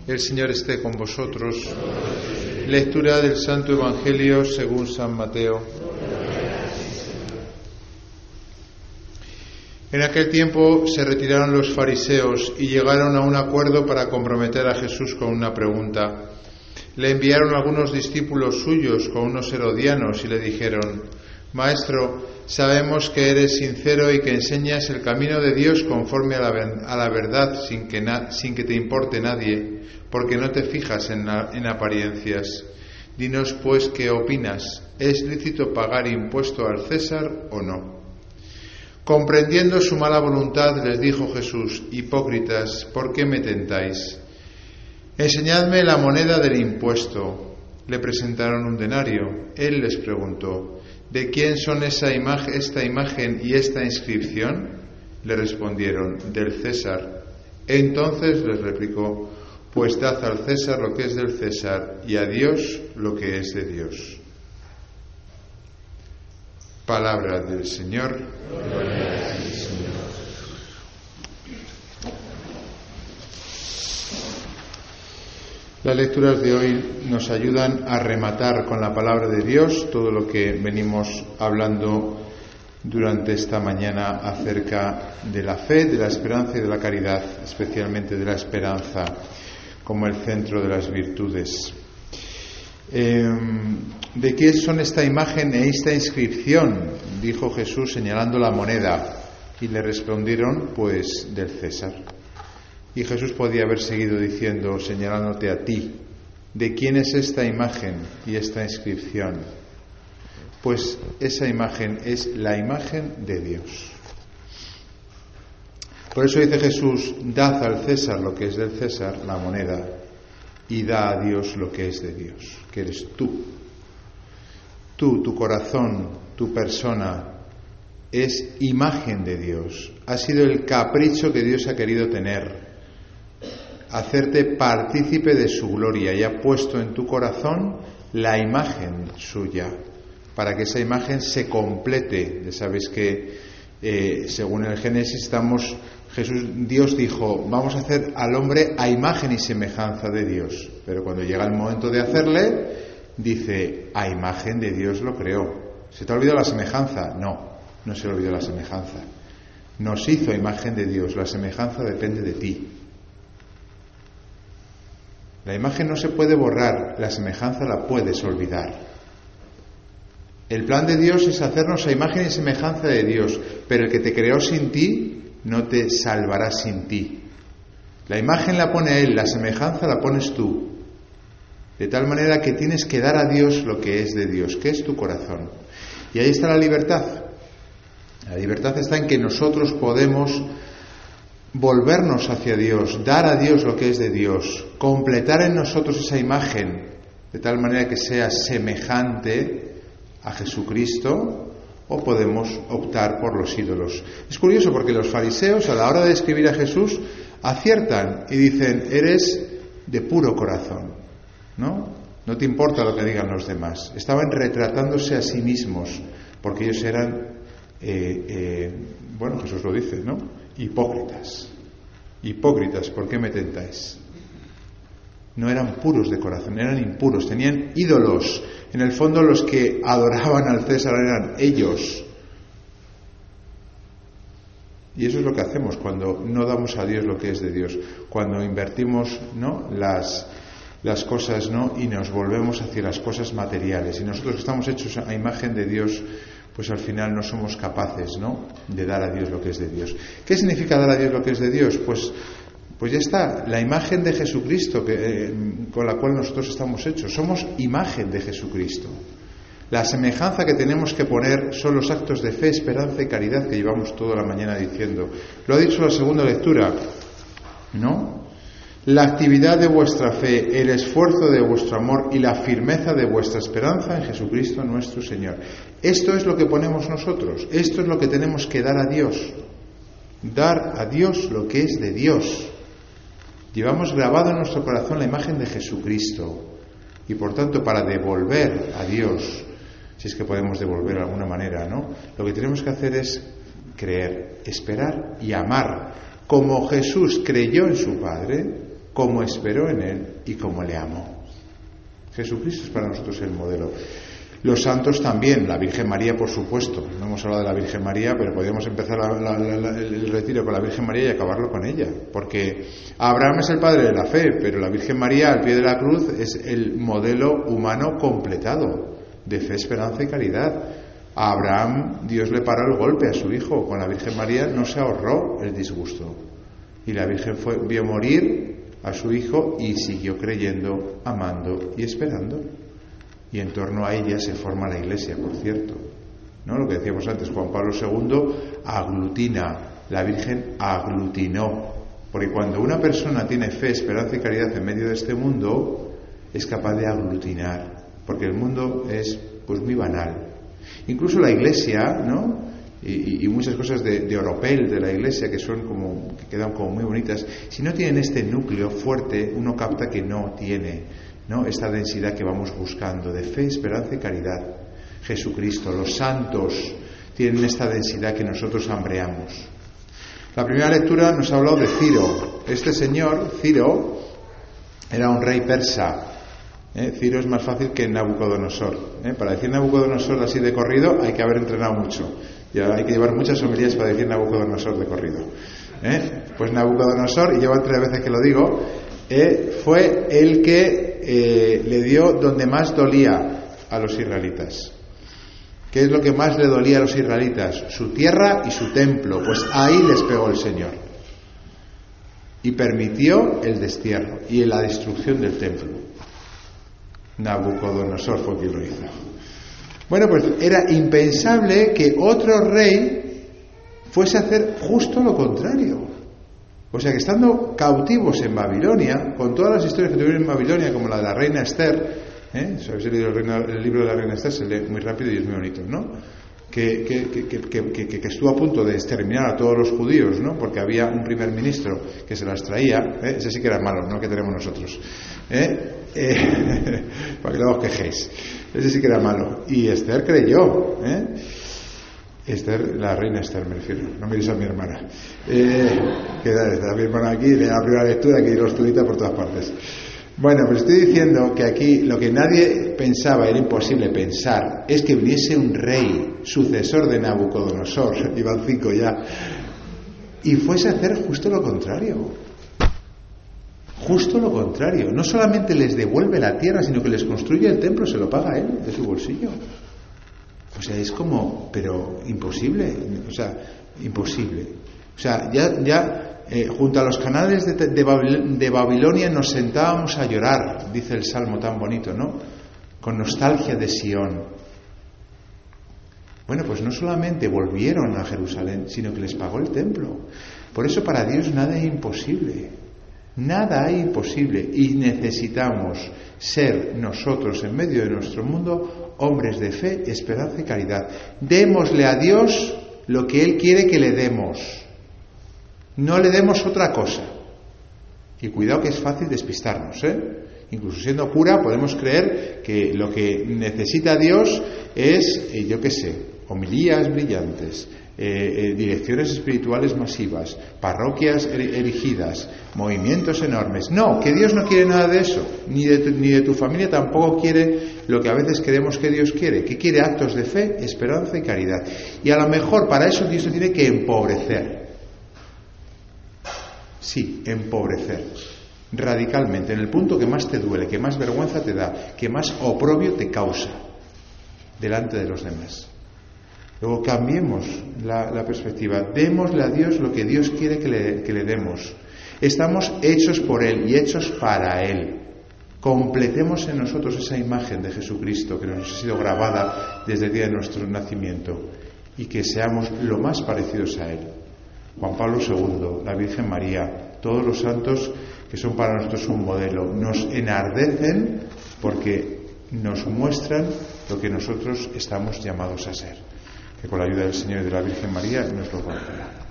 El Señor esté con vosotros. Lectura del Santo Evangelio según San Mateo. En aquel tiempo se retiraron los fariseos y llegaron a un acuerdo para comprometer a Jesús con una pregunta. Le enviaron algunos discípulos suyos con unos herodianos y le dijeron: Maestro, sabemos que eres sincero y que enseñas el camino de Dios conforme a la verdad sin que te importe nadie, porque no te fijas en apariencias. Dinos pues qué opinas. ¿Es lícito pagar impuesto al César o no? Comprendiendo su mala voluntad, les dijo Jesús: Hipócritas, ¿por qué me tentáis? Enseñadme la moneda del impuesto. Le presentaron un denario. Él les preguntó: ¿De quién son esta imagen y esta inscripción? Le respondieron: del César. Entonces les replicó: pues dad al César lo que es del César y a Dios lo que es de Dios. Palabra del Señor. Gloria a ti, Señor. Las lecturas de hoy nos ayudan a rematar con la palabra de Dios todo lo que venimos hablando durante esta mañana acerca de la fe, de la esperanza y de la caridad, especialmente de la esperanza como el centro de las virtudes. ¿De qué son esta imagen e esta inscripción?, dijo Jesús señalando la moneda, y le respondieron: pues del César. Y Jesús podía haber seguido diciendo, señalándote a ti: ¿de quién es esta imagen y esta inscripción? Pues esa imagen es la imagen de Dios. Por eso dice Jesús: dad al César lo que es del César, la moneda, y da a Dios lo que es de Dios, que eres tú. Tú, tu corazón, tu persona, es imagen de Dios. Ha sido el capricho que Dios ha querido tener, hacerte partícipe de su gloria, y ha puesto en tu corazón la imagen suya, para que esa imagen se complete. Ya sabéis que según el Génesis Dios dijo: vamos a hacer al hombre a imagen y semejanza de Dios, pero cuando llega el momento de hacerle, dice: a imagen de Dios lo creó. ¿Se te ha olvidado la semejanza? No se le olvidó la semejanza. Nos hizo a imagen de Dios, la semejanza depende de ti. La imagen no se puede borrar, la semejanza la puedes olvidar. El plan de Dios es hacernos a imagen y semejanza de Dios, pero el que te creó sin ti no te salvará sin ti. La imagen la pone Él, la semejanza la pones tú. De tal manera que tienes que dar a Dios lo que es de Dios, que es tu corazón. Y ahí está la libertad. La libertad está en que nosotros podemos volvernos hacia Dios, dar a Dios lo que es de Dios, completar en nosotros esa imagen, de tal manera que sea semejante a Jesucristo, o podemos optar por los ídolos. Es curioso porque los fariseos, a la hora de describir a Jesús, aciertan y dicen: eres de puro corazón, ¿no? No te importa lo que digan los demás. Estaban retratándose a sí mismos, porque ellos eran, Jesús lo dice, ¿no? Hipócritas. Hipócritas, ¿por qué me tentáis? No eran puros de corazón, eran impuros, tenían ídolos. En el fondo los que adoraban al César eran ellos. Y eso es lo que hacemos cuando no damos a Dios lo que es de Dios, cuando invertimos, ¿no?, las cosas, ¿no?, y nos volvemos hacia las cosas materiales. Y nosotros que estamos hechos a imagen de Dios, pues al final no somos capaces, ¿no?, de dar a Dios lo que es de Dios. ¿Qué significa dar a Dios lo que es de Dios? Pues ya está, la imagen de Jesucristo con la cual nosotros estamos hechos. Somos imagen de Jesucristo. La semejanza que tenemos que poner son los actos de fe, esperanza y caridad que llevamos toda la mañana diciendo. Lo ha dicho la segunda lectura, ¿no? La actividad de vuestra fe, el esfuerzo de vuestro amor y la firmeza de vuestra esperanza en Jesucristo nuestro Señor. Esto es lo que ponemos nosotros, esto es lo que tenemos que dar a Dios. Dar a Dios lo que es de Dios. Llevamos grabado en nuestro corazón la imagen de Jesucristo, y por tanto, para devolver a Dios, si es que podemos devolver de alguna manera, ¿no?, lo que tenemos que hacer es creer, esperar y amar. Como Jesús creyó en su Padre, cómo esperó en Él y cómo le amó. Jesucristo es para nosotros el modelo. Los santos también, la Virgen María por supuesto. No hemos hablado de la Virgen María, pero podríamos empezar el retiro con la Virgen María y acabarlo con ella. Porque Abraham es el padre de la fe, pero la Virgen María al pie de la cruz es el modelo humano completado de fe, esperanza y caridad. A Abraham Dios le paró el golpe a su hijo, con la Virgen María no se ahorró el disgusto. Y la Virgen vio morir a su hijo y siguió creyendo, amando y esperando. Y en torno a ella se forma la Iglesia, por cierto, ¿no? Lo que decíamos antes, Juan Pablo II aglutina, la Virgen aglutinó, porque cuando una persona tiene fe, esperanza y caridad en medio de este mundo, es capaz de aglutinar, porque el mundo es pues muy banal. Incluso la Iglesia, ¿no? Y muchas cosas de oropel de la Iglesia que quedan como muy bonitas, si no tienen este núcleo fuerte, uno capta que no tiene, ¿no?, esta densidad que vamos buscando de fe, esperanza y caridad. Jesucristo, los santos tienen esta densidad que nosotros hambreamos. La primera lectura nos ha hablado de Ciro. Este señor, Ciro, era un rey persa. Ciro es más fácil que Nabucodonosor. Para decir Nabucodonosor así de corrido hay que haber entrenado mucho. Ya hay que llevar muchas homilías para decir Nabucodonosor de corrido. Pues Nabucodonosor, y llevo 3 veces que lo digo, fue el que le dio donde más dolía a los israelitas. ¿Qué es lo que más le dolía a los israelitas? Su tierra y su templo. Pues ahí les pegó el Señor. Y permitió el destierro y la destrucción del templo. Nabucodonosor fue quien lo hizo. Bueno, pues era impensable que otro rey fuese a hacer justo lo contrario. O sea que estando cautivos en Babilonia, con todas las historias que tuvieron en Babilonia, como la de la reina Esther, si habéis leído el libro de la reina Esther, se lee muy rápido y es muy bonito, ¿no? Que estuvo a punto de exterminar a todos los judíos, ¿no? Porque había un primer ministro que se las traía, ese sí que era malo, no el que tenemos nosotros, para que no os quejéis, ese sí que era malo, y Esther creyó, Esther, la reina Esther me refiero, no miréis a mi hermana, que está mi hermana aquí, lee la primera lectura que lo estudia por todas partes. Bueno, pues estoy diciendo que aquí lo que nadie pensaba, era imposible pensar, es que viniese un rey, sucesor de Nabucodonosor, iban 5 ya, y fuese a hacer justo lo contrario. Justo lo contrario. No solamente les devuelve la tierra, sino que les construye el templo, se lo paga él de su bolsillo. O sea, es como, pero imposible. O sea, imposible. O sea, junto a los canales de Babilonia nos sentábamos a llorar, dice el Salmo tan bonito, ¿no? Con nostalgia de Sión. Bueno, pues no solamente volvieron a Jerusalén, sino que les pagó el templo. Por eso para Dios nada es imposible. Nada hay imposible. Y necesitamos ser nosotros, en medio de nuestro mundo, hombres de fe, esperanza y caridad. Démosle a Dios lo que Él quiere que le demos. No le demos otra cosa. Y cuidado que es fácil despistarnos, Incluso siendo cura podemos creer que lo que necesita Dios es, yo qué sé, homilías brillantes, direcciones espirituales masivas, parroquias erigidas, movimientos enormes. No, que Dios no quiere nada de eso, ni de tu familia tampoco quiere lo que a veces creemos que Dios quiere, que quiere actos de fe, esperanza y caridad. Y a lo mejor para eso Dios se tiene que empobrecer. Sí, empobrecer radicalmente, en el punto que más te duele, que más vergüenza te da, que más oprobio te causa delante de los demás. Luego cambiemos la perspectiva, démosle a Dios lo que Dios quiere que le demos. Estamos hechos por Él y hechos para Él. Completemos en nosotros esa imagen de Jesucristo que nos ha sido grabada desde el día de nuestro nacimiento y que seamos lo más parecidos a Él. Juan Pablo II, la Virgen María, todos los santos que son para nosotros un modelo, nos enardecen porque nos muestran lo que nosotros estamos llamados a ser. Que con la ayuda del Señor y de la Virgen María nos lo conceda.